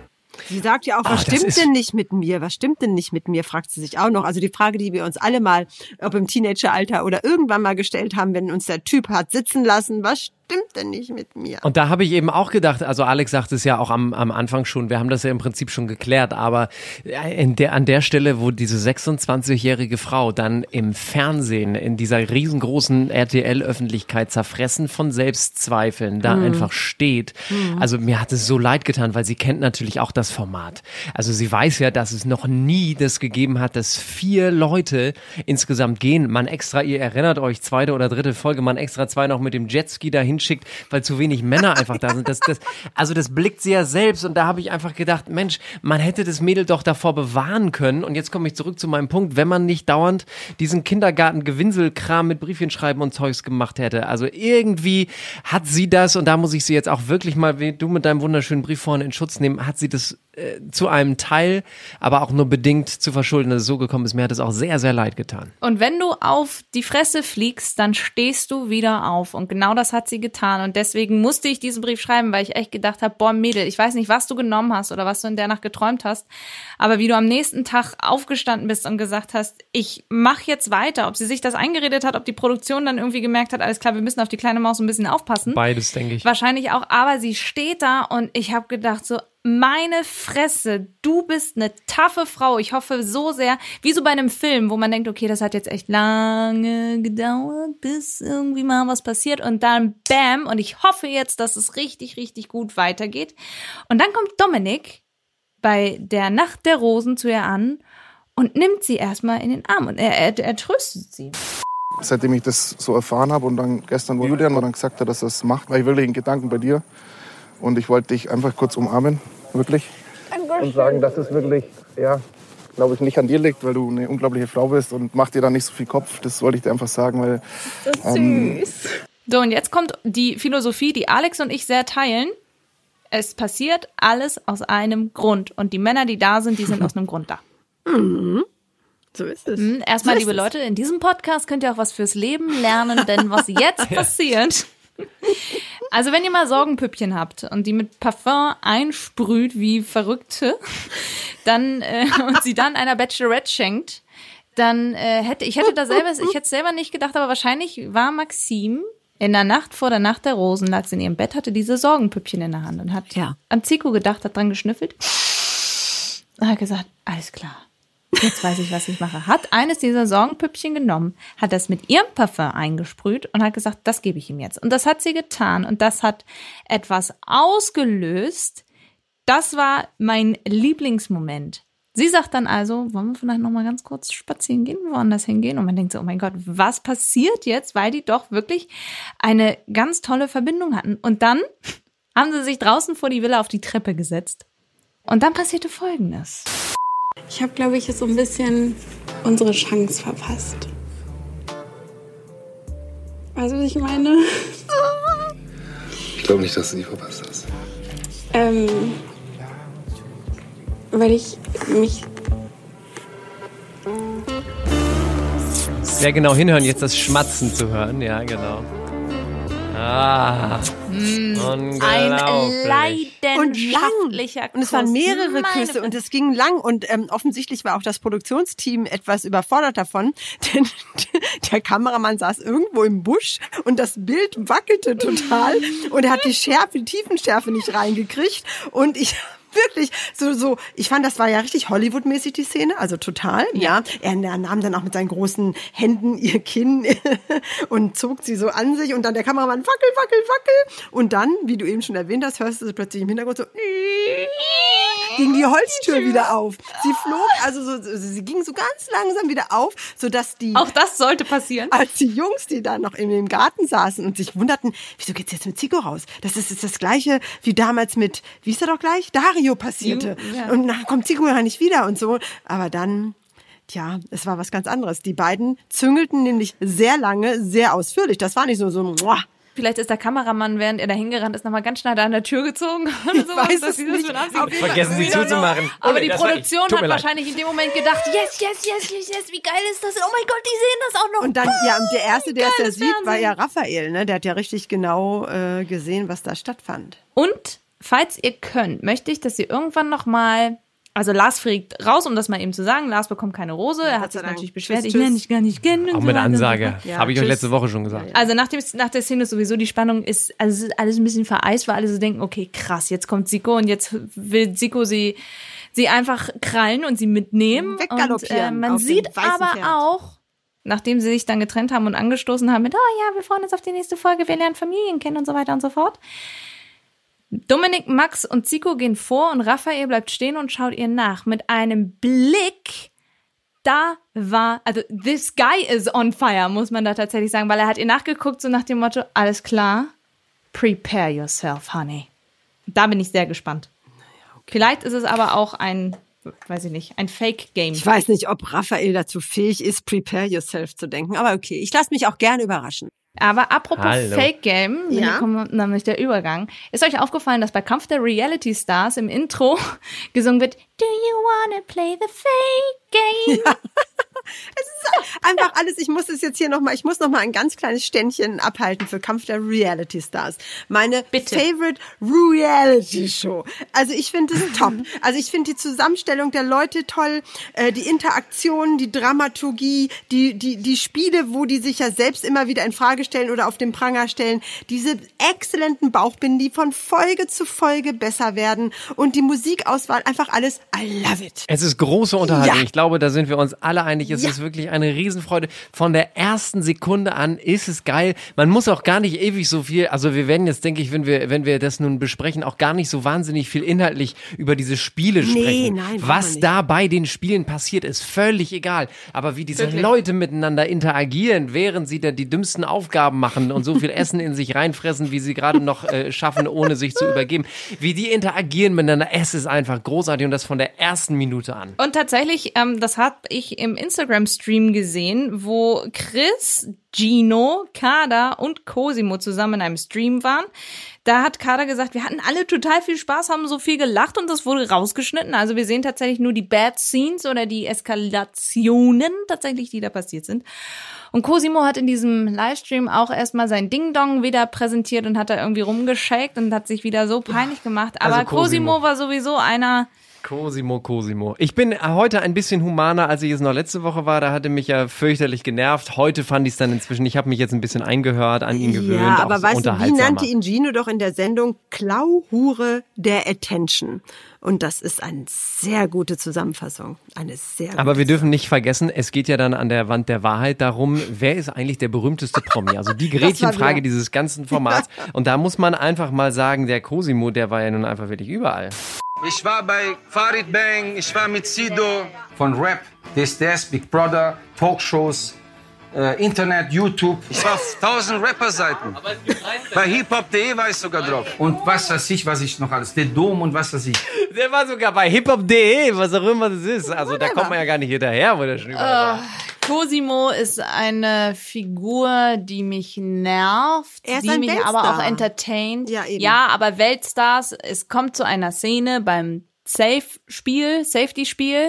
Sie sagt ja auch, was Oh, stimmt denn nicht mit mir? Was stimmt denn nicht mit mir, fragt sie sich auch noch. Also die Frage, die wir uns alle mal, ob im Teenageralter oder irgendwann mal gestellt haben, wenn uns der Typ hat sitzen lassen, was stimmt denn nicht mit mir? Und da habe ich eben auch gedacht, also Alex sagt es ja auch am, am Anfang schon, wir haben das ja im Prinzip schon geklärt, aber in der, an der Stelle, wo diese sechsundzwanzigjährige Frau dann im Fernsehen, in dieser riesengroßen R T L-Öffentlichkeit zerfressen von Selbstzweifeln, da Mhm. einfach steht, Mhm. also mir hat es so leid getan, weil sie kennt natürlich auch das Format. Also sie weiß ja, dass es noch nie das gegeben hat, dass vier Leute insgesamt gehen, man extra, ihr erinnert euch, zweite oder dritte Folge, man extra zwei noch mit dem Jetski dahin schickt, weil zu wenig Männer einfach da sind. Das, das, also das blickt sie ja selbst und da habe ich einfach gedacht, Mensch, man hätte das Mädel doch davor bewahren können und jetzt komme ich zurück zu meinem Punkt, wenn man nicht dauernd diesen Kindergarten-Gewinselkram mit Briefchen schreiben und Zeugs gemacht hätte. Also irgendwie hat sie das und da muss ich sie jetzt auch wirklich mal, wie du mit deinem wunderschönen Brief vorne in Schutz nehmen, hat sie das äh, zu einem Teil, aber auch nur bedingt zu verschulden, dass es so gekommen ist. Mir hat es auch sehr, sehr leid getan. Und wenn du auf die Fresse fliegst, dann stehst du wieder auf. Und genau das hat sie getan. Und deswegen musste ich diesen Brief schreiben, weil ich echt gedacht habe, boah, Mädel, ich weiß nicht, was du genommen hast oder was du in der Nacht geträumt hast. Aber wie du am nächsten Tag aufgestanden bist und gesagt hast, ich mach jetzt weiter. Ob sie sich das eingeredet hat, ob die Produktion dann irgendwie gemerkt hat, alles klar, wir müssen auf die kleine Maus ein bisschen aufpassen. Beides, denke ich. Wahrscheinlich auch. Aber sie steht da und ich habe gedacht so, meine Fresse, du bist eine taffe Frau. Ich hoffe so sehr, wie so bei einem Film, wo man denkt, okay, das hat jetzt echt lange gedauert, bis irgendwie mal was passiert und dann bam und ich hoffe jetzt, dass es richtig, richtig gut weitergeht. Und dann kommt Dominik bei der Nacht der Rosen zu ihr an und nimmt sie erstmal in den Arm und er, er, er tröstet sie. Seitdem ich das so erfahren habe und dann gestern, wo Julian dann gesagt hat, dass er es macht, war ich wirklich in Gedanken bei dir. Und ich wollte dich einfach kurz umarmen, wirklich. Und sagen, dass es wirklich, ja, glaube ich, nicht an dir liegt, weil du eine unglaubliche Frau bist und mach dir da nicht so viel Kopf. Das wollte ich dir einfach sagen, weil... Das ist ähm, süß. So, und jetzt kommt die Philosophie, die Alex und ich sehr teilen. Es passiert alles aus einem Grund. Und die Männer, die da sind, die sind aus einem Grund da. Mhm. So ist es. Mhm. Erstmal, So ist liebe es. Leute, in diesem Podcast könnt ihr auch was fürs Leben lernen, denn was jetzt passiert... Also wenn ihr mal Sorgenpüppchen habt und die mit Parfum einsprüht wie Verrückte, dann äh, und sie dann einer Bachelorette schenkt, dann äh, hätte ich hätte da selber ich hätte selber nicht gedacht, aber wahrscheinlich war Maxim in der Nacht vor der Nacht der Rosen, lag sie in ihrem Bett, hatte diese Sorgenpüppchen in der Hand und hat ja. an Zico gedacht, hat dran geschnüffelt und hat gesagt, alles klar. Jetzt weiß ich, was ich mache. Hat eines dieser Sorgenpüppchen genommen, hat das mit ihrem Parfum eingesprüht und hat gesagt, das gebe ich ihm jetzt. Und das hat sie getan und das hat etwas ausgelöst. Das war mein Lieblingsmoment. Sie sagt dann also, wollen wir vielleicht noch mal ganz kurz spazieren gehen, woanders hingehen? Und man denkt so, oh mein Gott, was passiert jetzt? Weil die doch wirklich eine ganz tolle Verbindung hatten. Und dann haben sie sich draußen vor die Villa auf die Treppe gesetzt. Und dann passierte Folgendes. Ich habe, glaube ich, so ein bisschen unsere Chance verpasst. Weißt du, was ich meine? Ich glaube nicht, dass du die verpasst hast. Ähm, weil ich mich... Sehr genau hinhören, jetzt das Schmatzen zu hören. Ja, genau. Ah, Mm, unglaublich. ein Und lang. leidenschaftlicher Und es waren Kuss. mehrere Meine Küsse und es ging lang. Und ähm, offensichtlich war auch das Produktionsteam etwas überfordert davon, denn der Kameramann saß irgendwo im Busch und das Bild wackelte total und er hat die Schärfe, die Tiefenschärfe nicht reingekriegt. Und ich wirklich so, so, ich fand, das war ja richtig Hollywood-mäßig, die Szene, also total, ja. Er, er nahm dann auch mit seinen großen Händen ihr Kinn und zog sie so an sich und dann der Kameramann wackel, wackel, wackel und dann, wie du eben schon erwähnt hast, hörst du plötzlich im Hintergrund so ging die Holztür wieder auf. Sie flog, also so, sie ging so ganz langsam wieder auf, sodass die... Auch das sollte passieren. Als die Jungs, die da noch in dem Garten saßen und sich wunderten, wieso geht's jetzt mit Zico raus? Das ist jetzt das Gleiche wie damals mit, wie ist er doch gleich? Dario passierte. Ja. Und dann kommt Zico ja nicht wieder und so. Aber dann... Tja, es war was ganz anderes. Die beiden züngelten nämlich sehr lange, sehr ausführlich. Das war nicht so so muah. Vielleicht ist der Kameramann, während er da hingerannt ist, nochmal ganz schnell da an der Tür gezogen. Oder Ich sowas, weiß dass es sie das nicht. mit Absicht- Auf jeden Vergessen Sie zuzumachen. Aber Oh, die das war ich. Produktion Tut hat mir leid. wahrscheinlich in dem Moment gedacht, yes, yes, yes, yes, yes, wie geil ist das denn? Oh mein Gott, die sehen das auch noch. Und dann, ja, und der Erste, der es ja Geiles sieht, war ja Fernsehen. Raphael. Ne? Der hat ja richtig genau äh, gesehen, was da stattfand. Und falls ihr könnt, möchte ich, dass ihr irgendwann nochmal, also Lars fliegt raus, um das mal eben zu sagen, Lars bekommt keine Rose, er hat sich natürlich beschwert, Tschüss, ich lerne dich gar nicht kennen. Auch und mit so Ansage, ja, habe ich euch tschüss. letzte Woche schon gesagt. Also nach, dem, nach der Szene ist sowieso die Spannung, ist, also es ist alles ein bisschen vereist, weil alle so denken, okay, krass, jetzt kommt Zico und jetzt will Zico sie, sie einfach krallen und sie mitnehmen. Und äh, man sieht aber Pferd. auch, nachdem sie sich dann getrennt haben und angestoßen haben mit, oh ja, wir freuen uns auf die nächste Folge, wir lernen Familien kennen und so weiter und so fort. Dominik, Max und Zico gehen vor und Raphael bleibt stehen und schaut ihr nach mit einem Blick. Da war, also this guy is on fire, muss man da tatsächlich sagen, weil er hat ihr nachgeguckt, so nach dem Motto, alles klar, prepare yourself, honey. Da bin ich sehr gespannt. Vielleicht ist es aber auch ein, weiß ich nicht, ein Fake-Game. Ich weiß nicht, ob Raphael dazu fähig ist, prepare yourself zu denken, aber okay, ich lasse mich auch gerne überraschen. Aber apropos Hallo. Fake-Game, Ja? hier kommt nämlich der Übergang. Ist euch aufgefallen, dass bei Kampf der Reality Stars im Intro gesungen wird, do you wanna play the fake game? Ja. Es ist einfach alles, ich muss es jetzt hier nochmal, ich muss nochmal ein ganz kleines Ständchen abhalten für Kampf der Reality Stars. Meine Bitte. Favorite Reality Show. Also ich finde es top. Also ich finde die Zusammenstellung der Leute toll, äh, die Interaktion, die Dramaturgie, die, die, die Spiele, wo die sich ja selbst immer wieder in Frage stellen oder auf den Pranger stellen, diese exzellenten Bauchbinden, die von Folge zu Folge besser werden und die Musikauswahl, einfach alles, I love it. Es ist große Unterhaltung. Ja. Ich glaube, da sind wir uns alle einig. Es Ja. ist wirklich eine Riesenfreude. Von der ersten Sekunde an ist es geil. Man muss auch gar nicht ewig so viel, also wir werden jetzt, denke ich, wenn wir, wenn wir das nun besprechen, auch gar nicht so wahnsinnig viel inhaltlich über diese Spiele Nee, sprechen. nein, wollen wir Was nicht. da bei den Spielen passiert, ist völlig egal. Aber wie diese Wirklich. Leute miteinander interagieren, während sie da die dümmsten Aufgaben machen und so viel Essen in sich reinfressen, wie sie gerade noch äh, schaffen, ohne sich zu übergeben. Wie die interagieren miteinander, es ist einfach großartig und das von der ersten Minute an. Und tatsächlich, ähm, das habe ich im Instagram-Stream gesehen, wo Chris, Gino, Kader und Cosimo zusammen in einem Stream waren. Da hat Kader gesagt, wir hatten alle total viel Spaß, haben so viel gelacht und das wurde rausgeschnitten. Also wir sehen tatsächlich nur die Bad Scenes oder die Eskalationen tatsächlich, die da passiert sind. Und Cosimo hat in diesem Livestream auch erstmal sein Ding-Dong wieder präsentiert und hat da irgendwie rumgeschakt und hat sich wieder so peinlich gemacht. Aber Also Cosimo. Cosimo war sowieso einer... Cosimo, Cosimo. Ich bin heute ein bisschen humaner, als ich es noch letzte Woche war. Da hatte mich ja fürchterlich genervt. Heute fand ich es dann inzwischen, ich habe mich jetzt ein bisschen eingehört, an ihn gewöhnt. Ja, aber auch weißt du, wie unterhaltsamer. nannte ihn Gino doch in der Sendung Klauhure der Attention? Und das ist eine sehr gute Zusammenfassung. Eine sehr gute. Aber wir dürfen nicht vergessen, es geht ja dann an der Wand der Wahrheit darum, wer ist eigentlich der berühmteste Promi? Also die Gretchenfrage dieses ganzen Formats. Und da muss man einfach mal sagen, der Cosimo, der war ja nun einfach wirklich überall. Ich war bei Farid Bang, ich war mit Sido. Von Rap, D S D S, Big Brother, Talkshows, äh, Internet, YouTube. Ich war auf tausend Rapper-Seiten. Bei hiphop punkt de war ich sogar drauf. Und was weiß ich, was ich noch alles. Der Dom und was weiß ich. Der war sogar bei hiphop punkt de, was auch immer das ist. Also da kommt man ja gar nicht hinterher, wo der schon überall war. Cosimo ist eine Figur, die mich nervt, Er ist die ein mich Weltstar. aber auch entertaint. Ja, eben. ja, aber Weltstars, es kommt zu einer Szene beim Safe-Spiel, Safety-Spiel.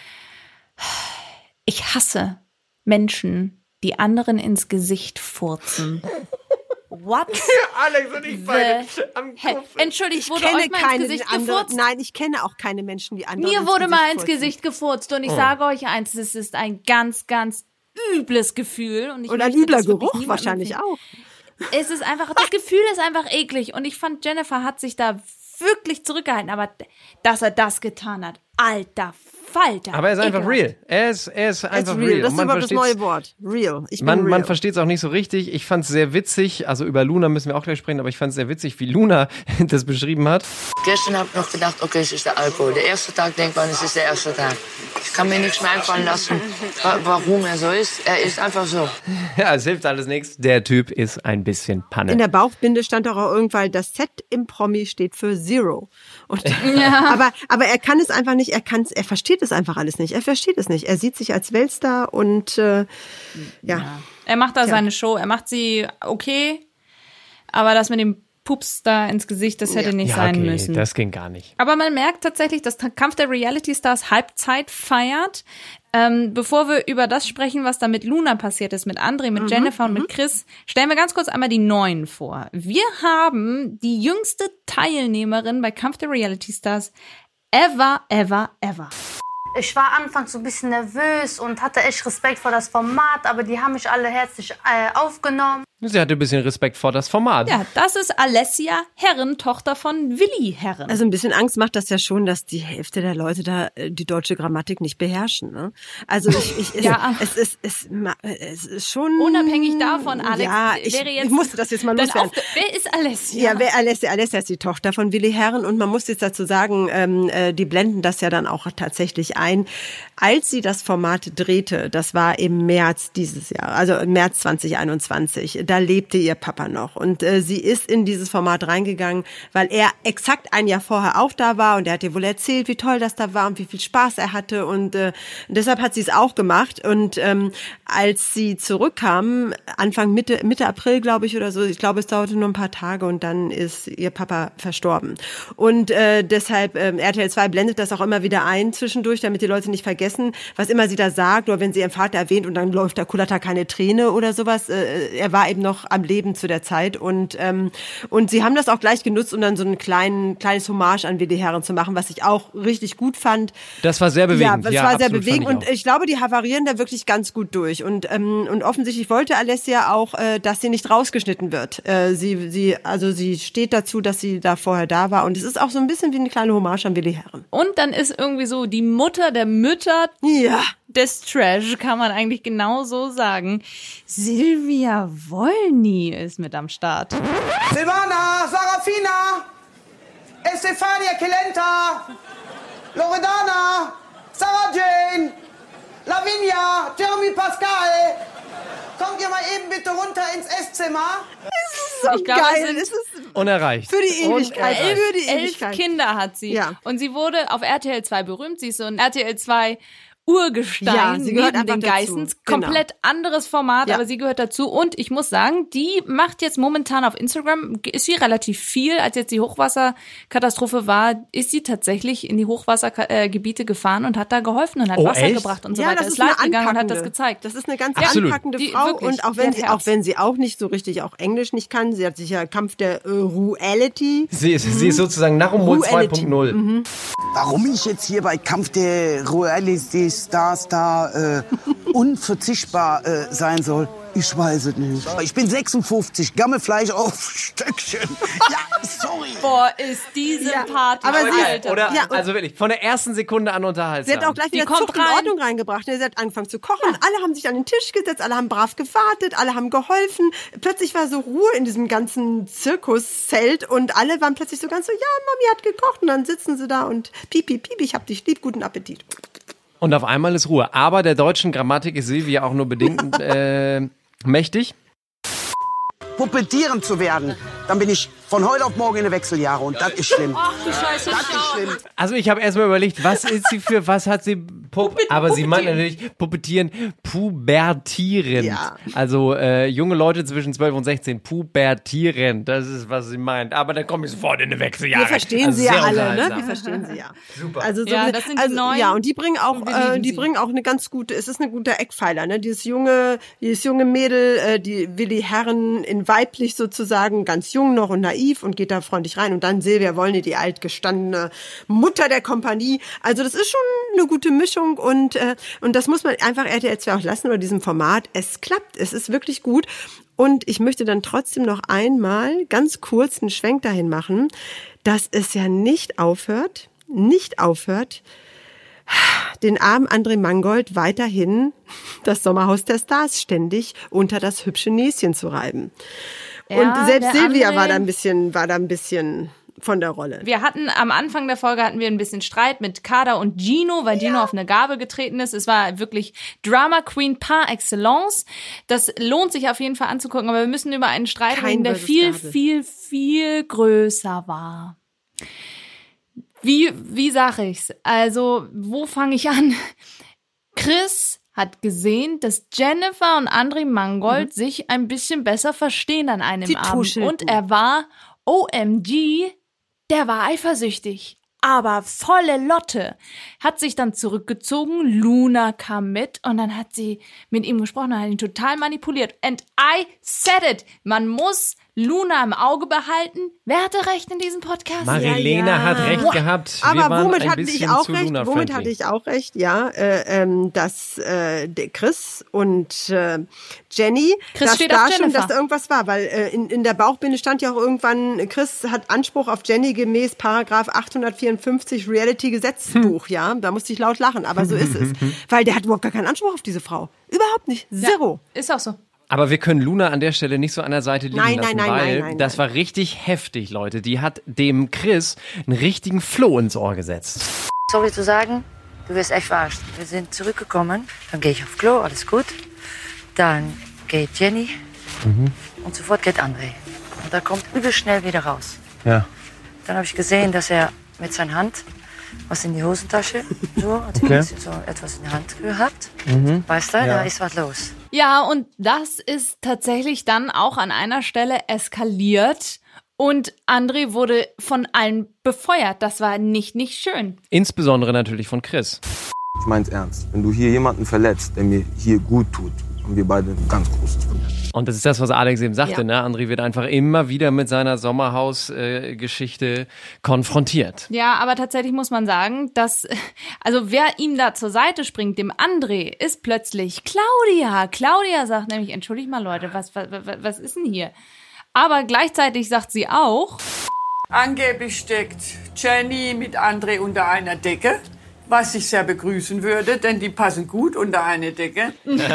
Ich hasse Menschen, die anderen ins Gesicht furzen. What? Alex und ich beide am Hey, entschuldigt, Ich wurde kenne euch mal keine ins Gesicht andere, gefurzt? Nein, ich kenne auch keine Menschen, die andere Mir ins wurde Gesicht mal ins furzen. Gesicht gefurzt und ich Oh. sage euch eins, es ist ein ganz, ganz übles Gefühl. Und, ich Und ein möchte übler das wirklich Geruch niemandem wahrscheinlich empfehlen. auch. Es ist einfach, das Gefühl ist einfach eklig und ich fand, Jennifer hat sich da wirklich zurückgehalten, aber dass er das getan hat, alter Falter. Aber er ist einfach ekelhaft. real. Er ist, er ist einfach It's real. real. Das Und ist man überhaupt das versteht's- neue Wort. Real. Ich bin Man, real. man versteht es auch nicht so richtig. Ich fand es sehr witzig, also über Luna müssen wir auch gleich sprechen, aber ich fand es sehr witzig, wie Luna das beschrieben hat. Gestern habe ich noch gedacht, okay, es ist der Alkohol. Der erste Tag denkt man, es ist der erste Tag. Ich kann mir nichts mehr einfallen lassen, wa- warum er so ist. Er ist einfach so. Ja, es hilft alles nichts. Der Typ ist ein bisschen Panne. In der Bauchbinde stand auch irgendwann, das Z im Promi steht für Zero. Und, Ja. aber, aber er kann es einfach nicht, er kann es, er versteht es einfach alles nicht. Er versteht es nicht. Er sieht sich als Weltstar und äh, ja. Er macht da Tja. seine Show, er macht sie okay, aber das mit dem Pups da ins Gesicht, das hätte nicht ja, sein okay, müssen. Das ging gar nicht. Aber man merkt tatsächlich, dass Kampf der Reality Stars Halbzeit feiert. Ähm, bevor wir über das sprechen, was da mit Luna passiert ist, mit André, mit Mhm, Jennifer und mhm. mit Chris, stellen wir ganz kurz einmal die Neuen vor. Wir haben die jüngste Teilnehmerin bei Kampf der Reality Stars ever, ever, ever. Ich war anfangs so ein bisschen nervös und hatte echt Respekt vor das Format, aber die haben mich alle herzlich äh, aufgenommen. Sie hatte ein bisschen Respekt vor das Format. Ja, das ist Alessia Herren, Tochter von Willi Herren. Also ein bisschen Angst macht das ja schon, dass die Hälfte der Leute da äh, die deutsche Grammatik nicht beherrschen. Ne? Also ich, ich, es, Ja. es, es, es, es ist schon... Unabhängig davon, Alex, ja, ich, wäre jetzt ich musste das jetzt mal dein loswerden. Auftritt- Wer ist Alessia? Ja, wer Alessia, Alessia ist die Tochter von Willi Herren und man muss jetzt dazu sagen, ähm, äh, die blenden das ja dann auch tatsächlich ein. Als sie das Format drehte, das war im März dieses Jahr, also im März zwanzig einundzwanzig, da lebte ihr Papa noch und äh, sie ist in dieses Format reingegangen, weil er exakt ein Jahr vorher auch da war und er hat ihr wohl erzählt, wie toll das da war und wie viel Spaß er hatte und äh, deshalb hat sie es auch gemacht und ähm, als sie zurückkam, Anfang Mitte, Mitte April, glaube ich, oder so, ich glaube, es dauerte nur ein paar Tage und dann ist ihr Papa verstorben. Und äh, deshalb, äh, R T L zwei blendet das auch immer wieder ein zwischendurch, damit die Leute nicht vergessen, was immer sie da sagt oder wenn sie ihren Vater erwähnt und dann läuft da kullert da keine Träne oder sowas. Äh, er war eben noch am Leben zu der Zeit und ähm, und sie haben das auch gleich genutzt, um dann so ein kleinen, kleines Hommage an Willi Herren zu machen, was ich auch richtig gut fand. Das war sehr bewegend. Ja, das Ja, war sehr absolut, bewegend fand ich und ich glaube, die havarieren da wirklich ganz gut durch und ähm, und offensichtlich wollte Alessia auch, äh, dass sie nicht rausgeschnitten wird. Äh, sie sie also sie steht dazu, dass sie da vorher da war und es ist auch so ein bisschen wie eine kleine Hommage an Willi Herren. Und dann ist irgendwie so die Mutter der Mütter ja. des Trash, kann man eigentlich genau so sagen. Silvia Wolny ist mit am Start. Silvana, Sarafina, Estefania Kelenta, Loredana, Sarah Jane, Lavinia, Jeremy Pascal. Kommt ihr mal eben bitte runter ins Esszimmer? So ich glaube, geil. es Es ist Unerreicht. für die Ewigkeit. elf, Für die elf Ewigkeit. Kinder hat sie. Ja. Und sie wurde auf R T L zwei berühmt. Sie ist so ein R T L zwei Urgestein Ja, sie gehört neben den einfach dazu. Geissens. Genau. Komplett anderes Format, Ja. aber sie gehört dazu. Und ich muss sagen, die macht jetzt momentan auf Instagram, ist sie relativ viel. Als jetzt die Hochwasserkatastrophe war, ist sie tatsächlich in die Hochwassergebiete gefahren und hat da geholfen und hat Oh, Wasser echt? gebracht und so Ja, weiter. das Ist ist eine live gegangen und hat das anpackende. gezeigt. Das ist eine ganz Absolut. anpackende Die- Frau wirklich, und auch die wenn hat sie Herz. auch wenn sie auch nicht so richtig auch Englisch nicht kann, sie hat sich ja Kampf der äh, Reality. Sie ist, sie ist sozusagen Narumol zwei Reality. Punkt null. Warum ich jetzt hier bei Kampf der Reality Stars da äh, unverzichtbar äh, sein soll, ich weiß es nicht. Ich bin sechsundfünfzig, Gammelfleisch auf Stöckchen. Ja, sorry. Boah, ist diese Ja, Party, aber sie- Alter. Oder, Ja, und- also wirklich, von der ersten Sekunde an unterhaltsam. Sie hat auch gleich Die wieder kommt Zucht und rein. Ordnung reingebracht. Sie hat angefangen zu kochen. Alle haben sich an den Tisch gesetzt, alle haben brav gewartet, alle haben geholfen. Plötzlich war so Ruhe in diesem ganzen Zirkuszelt und alle waren plötzlich so ganz so, ja, Mami hat gekocht. Und dann sitzen sie da und pipi, pipi, ich hab dich lieb, guten Appetit. Und auf einmal ist Ruhe. Aber der deutschen Grammatik ist Silvia auch nur bedingt äh, mächtig. Puppetieren zu werden, dann bin ich von heute auf morgen in den Wechseljahre und das ist schlimm. Ach du Scheiße, Das ist schlimm. Also ich habe erstmal überlegt, was ist sie für, was hat sie, Pupp, aber sie meint natürlich puppetieren, pubertierend. Ja. Also äh, junge Leute zwischen zwölf und sechzehn, pubertierend, das ist, was sie meint. Aber dann komme ich sofort in die Wechseljahre. Wir verstehen Also sie ja sehr alle, ne? unterhaltsam. Wir verstehen sie ja. Super. Also so Ja, eine- das sind die also, Neuen. Ja, und die bringen auch, Und wir äh, lieben die sie. bringen auch eine ganz gute, es ist eine gute Eckpfeiler, ne? Dieses junge, dieses junge Mädel, äh, die Willi Herren in weiblich sozusagen, ganz jung noch und naiv und geht da freundlich rein. Und dann Silvia Wolny, die altgestandene Mutter der Kompanie. Also das ist schon eine gute Mischung und, äh, und das muss man einfach R T L zwei auch lassen oder diesem Format. Es klappt, es ist wirklich gut. Und ich möchte dann trotzdem noch einmal ganz kurz einen Schwenk dahin machen, dass es ja nicht aufhört, nicht aufhört, den armen André Mangold weiterhin das Sommerhaus der Stars ständig unter das hübsche Näschen zu reiben. Ja, Und selbst der Silvia André- war da ein bisschen, war da ein bisschen von der Rolle. Wir hatten am Anfang der Folge hatten wir ein bisschen Streit mit Kader und Gino, weil Gino auf eine Gabel getreten ist. Es war wirklich Drama Queen par excellence. Das lohnt sich auf jeden Fall anzugucken, aber wir müssen über einen Streit Kein reden, der versus viel, Gabel. viel, viel größer war. Wie, wie sag ich's? Also, wo fange ich an? Chris hat gesehen, dass Jennifer und André Mangold sich ein bisschen besser verstehen an einem Sie Abend. tuschelten. Und er war O M G, der war eifersüchtig. Aber volle Lotte. Hat sich dann zurückgezogen, Luna kam mit und dann hat sie mit ihm gesprochen und hat ihn total manipuliert. And I said it. Man muss Luna im Auge behalten. Wer hatte recht in diesem Podcast? Marilena ja, ja. hat recht gehabt. Wir Aber waren womit ein hatte bisschen ich auch zu recht? Luna-friendly. Womit hatte ich auch recht? Ja, äh, ähm, dass äh, der Chris und äh, Jenny, Chris dass steht da auf schon, Jennifer. dass da irgendwas war, weil äh, in, in der Bauchbinde stand ja auch irgendwann, Chris hat Anspruch auf Jenny gemäß Paragraph achthundertvierundfünfzig Reality-Gesetzbuch, ja, da musste ich laut lachen, aber so ist es, weil der hat überhaupt gar keinen Anspruch auf diese Frau, überhaupt nicht, zero. Ja, ist auch so. Aber wir können Luna an der Stelle nicht so an der Seite liegen Nein, lassen, nein, nein, weil nein, nein, das war richtig heftig, Leute. Die hat dem Chris einen richtigen Floh ins Ohr gesetzt. Sorry zu sagen, du wirst echt verarscht. Wir sind zurückgekommen, dann gehe ich auf Klo, alles gut. Dann geht Jenny Mhm. und sofort geht André. Und da kommt übel schnell wieder raus. Ja. Dann habe ich gesehen, dass er mit seiner Hand was in die Hosentasche, so, hat Okay. er so etwas in der Hand gehabt. Mhm. Weißt du, Ja. da ist was los. Ja, und das ist tatsächlich dann auch an einer Stelle eskaliert. Und André wurde von allen befeuert. Das war nicht, nicht schön. Insbesondere natürlich von Chris. Ich mein's ernst. Wenn du hier jemanden verletzt, der mir hier gut tut, haben wir beide ein ganz großes Problem. Und das ist das, was Alex eben sagte, Ja. ne? André wird einfach immer wieder mit seiner Sommerhaus-Geschichte äh, konfrontiert. Ja, aber tatsächlich muss man sagen, dass, also wer ihm da zur Seite springt, dem André, ist plötzlich Claudia. Claudia sagt nämlich, entschuldigt mal Leute, was, was, was ist denn hier? Aber gleichzeitig sagt sie auch, Angeblich steckt Jenny mit André unter einer Decke, was ich sehr begrüßen würde, denn die passen gut unter eine Decke.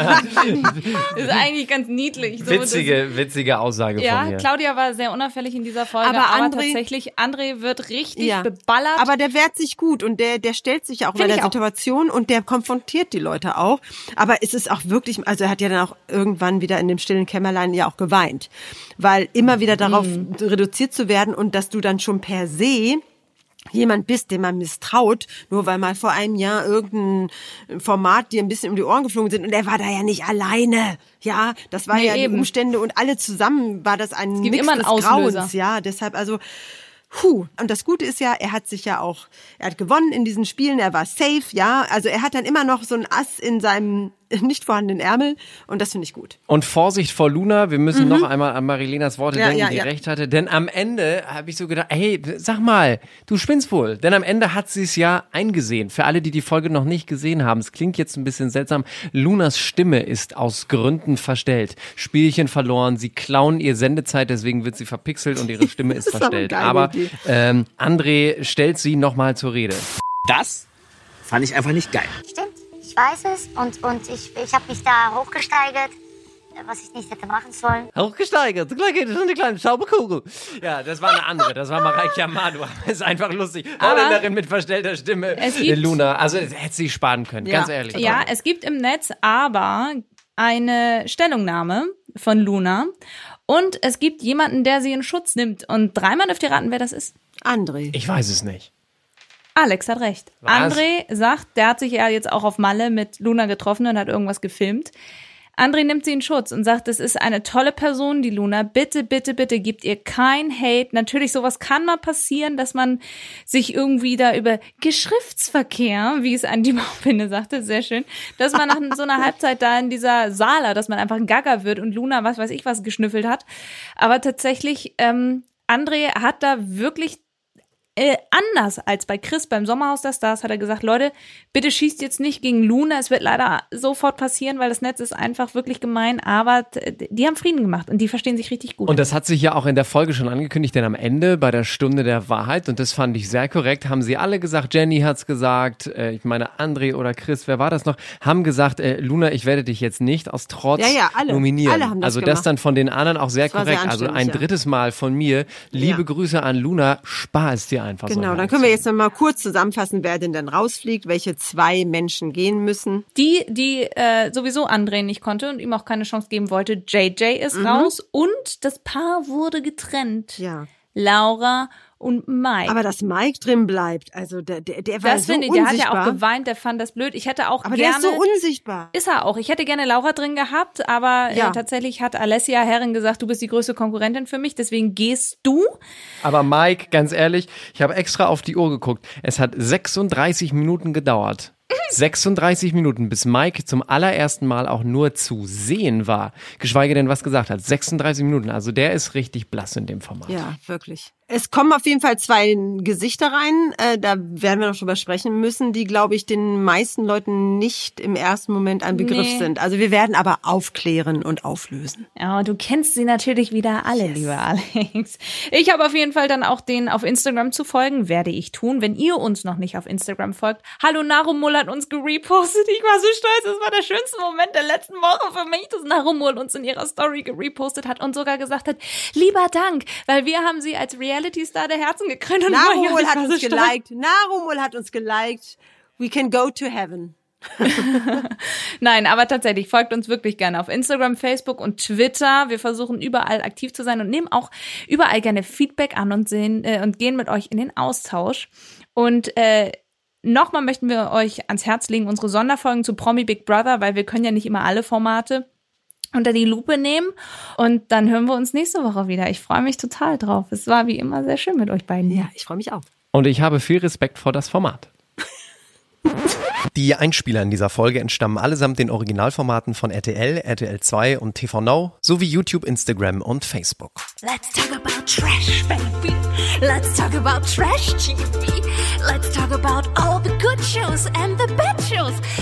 ist eigentlich ganz niedlich. So, Witzige, witzige Aussage ja, von mir. Claudia war sehr unauffällig in dieser Folge, Aber aber, André- tatsächlich, André wird richtig Ja. beballert. Aber der wehrt sich gut und der, der stellt sich auch Find bei der ich auch. Situation und der konfrontiert die Leute auch. Aber es ist auch wirklich, also er hat ja dann auch irgendwann wieder in dem stillen Kämmerlein ja auch geweint. Weil immer wieder darauf Mhm. reduziert zu werden und dass du dann schon per se jemand bist, dem man misstraut, nur weil mal vor einem Jahr irgendein Format dir ein bisschen um die Ohren geflogen sind und er war da ja nicht alleine. Ja, das war Nee, ja eben. die Umstände und alle zusammen war das ein Es gibt Mix immer einen des Auslöser. Grauens. Ja, deshalb also Puh. Und das Gute ist ja, er hat sich ja auch, er hat gewonnen in diesen Spielen, er war safe, ja. Also er hat dann immer noch so ein Ass in seinem nicht vorhandenen Ärmel und das finde ich gut. Und Vorsicht vor Luna, wir müssen Mhm. noch einmal an Marilenas Worte Ja, denken, ja, die ja. recht hatte. Denn am Ende habe ich so gedacht, hey, sag mal, du spinnst wohl. Denn am Ende hat sie es ja eingesehen. Für alle, die die Folge noch nicht gesehen haben, es klingt jetzt ein bisschen seltsam, Lunas Stimme ist aus Gründen verstellt. Spielchen verloren, sie klauen ihr Sendezeit, deswegen wird sie verpixelt und ihre Stimme ist Das ist aber eine verstellt. geile Aber Idee. ähm, André stellt sie nochmal zur Rede. Das fand ich einfach nicht geil. Stimmt, ich weiß es und, und ich, ich habe mich da hochgesteigert, was ich nicht hätte machen sollen. Hochgesteigert, gleich geht es in eine kleine Schaubekugel. Ja, das war eine andere, das war Mareike Amado. Das ist einfach lustig. Aber Holländerin mit verstellter Stimme, es gibt- Luna. Also das hätte sie sparen können, ganz ehrlich. Ja, es gibt im Netz aber eine Stellungnahme von Luna und es gibt jemanden, der sie in Schutz nimmt. Und dreimal dürft ihr raten, wer das ist. André. Ich weiß es nicht. Alex hat recht. Was? André sagt, der hat sich ja jetzt auch auf Malle mit Luna getroffen und hat irgendwas gefilmt. André nimmt sie in Schutz und sagt, das ist eine tolle Person, die Luna. Bitte, bitte, bitte, gebt ihr kein Hate. Natürlich, sowas kann mal passieren, dass man sich irgendwie da über Geschriftsverkehr, wie es Andi Bauchbinde sagte, sehr schön, dass man nach so einer Halbzeit da in dieser Sala, dass man einfach ein Gaga wird und Luna, was weiß ich, was geschnüffelt hat. Aber tatsächlich, ähm, André hat da wirklich Äh, anders als bei Chris beim Sommerhaus der Stars hat er gesagt, Leute, bitte schießt jetzt nicht gegen Luna, es wird leider sofort passieren, weil das Netz ist einfach wirklich gemein, aber t- die haben Frieden gemacht und die verstehen sich richtig gut. Und das hat sich ja auch in der Folge schon angekündigt, denn am Ende bei der Stunde der Wahrheit, und das fand ich sehr korrekt, haben sie alle gesagt, Jenny hat's gesagt, äh, ich meine André oder Chris, wer war das noch, haben gesagt, äh, Luna, ich werde dich jetzt nicht aus Trotz Ja, ja, alle. nominieren. Alle haben das also das gemacht. dann von den anderen auch sehr Das war sehr korrekt. Also ein anständig, ja. drittes Mal von mir, liebe Ja. Grüße an Luna, spar es dir einfach so. Genau, dann können wir jetzt noch mal kurz zusammenfassen, wer denn dann rausfliegt, welche zwei Menschen gehen müssen. Die, die äh, sowieso André nicht konnte und ihm auch keine Chance geben wollte, J J ist Mhm. raus und das Paar wurde getrennt. Ja. Laura und Mike. Aber dass Mike drin bleibt, also der, der, der war das so finde ich, unsichtbar. der hat ja auch geweint, der fand das blöd. Ich hätte auch aber gerne... der ist so unsichtbar. Ist er auch. Ich hätte gerne Laura drin gehabt, aber Ja. äh, tatsächlich hat Alessia Herren gesagt, du bist die größte Konkurrentin für mich, deswegen gehst du. Aber Mike, ganz ehrlich, ich habe extra auf die Uhr geguckt. Es hat sechsunddreißig Minuten gedauert. sechsunddreißig Minuten, bis Mike zum allerersten Mal auch nur zu sehen war. Geschweige denn was gesagt hat. sechsunddreißig Minuten. Also der ist richtig blass in dem Format. Ja, wirklich. Es kommen auf jeden Fall zwei Gesichter rein, äh, da werden wir noch drüber sprechen müssen, die, glaube ich, den meisten Leuten nicht im ersten Moment ein Begriff Nee. sind. Also wir werden aber aufklären und auflösen. Ja, du kennst sie natürlich wieder alle, lieber Alex. Ich habe auf jeden Fall dann auch denen auf Instagram zu folgen, werde ich tun, wenn ihr uns noch nicht auf Instagram folgt. Hallo Narumul hat uns gerepostet. Ich war so stolz, das war der schönste Moment der letzten Woche für mich, dass Narumul uns in ihrer Story gerepostet hat und sogar gesagt hat, lieber Dank, weil wir haben sie als Reality-Star der Herzen gekrönt. Und Narumul ich hat war so uns stolz. geliked. Narumul hat uns geliked. We can go to heaven. Nein, aber tatsächlich, folgt uns wirklich gerne auf Instagram, Facebook und Twitter. Wir versuchen überall aktiv zu sein und nehmen auch überall gerne Feedback an und sehen äh, und gehen mit euch in den Austausch. Und äh, nochmal möchten wir euch ans Herz legen, unsere Sonderfolgen zu Promi Big Brother, weil wir können ja nicht immer alle Formate unter die Lupe nehmen. Und dann hören wir uns nächste Woche wieder. Ich freue mich total drauf. Es war wie immer sehr schön mit euch beiden. Ja, ich freue mich auch. Und ich habe viel Respekt vor das Format. Die Einspieler in dieser Folge entstammen allesamt den Originalformaten von R T L, R T L zwei und T V Now sowie YouTube, Instagram und Facebook. Let's talk about trash, baby. Let's talk about trash T V. Let's talk about all the good shows and the bad shows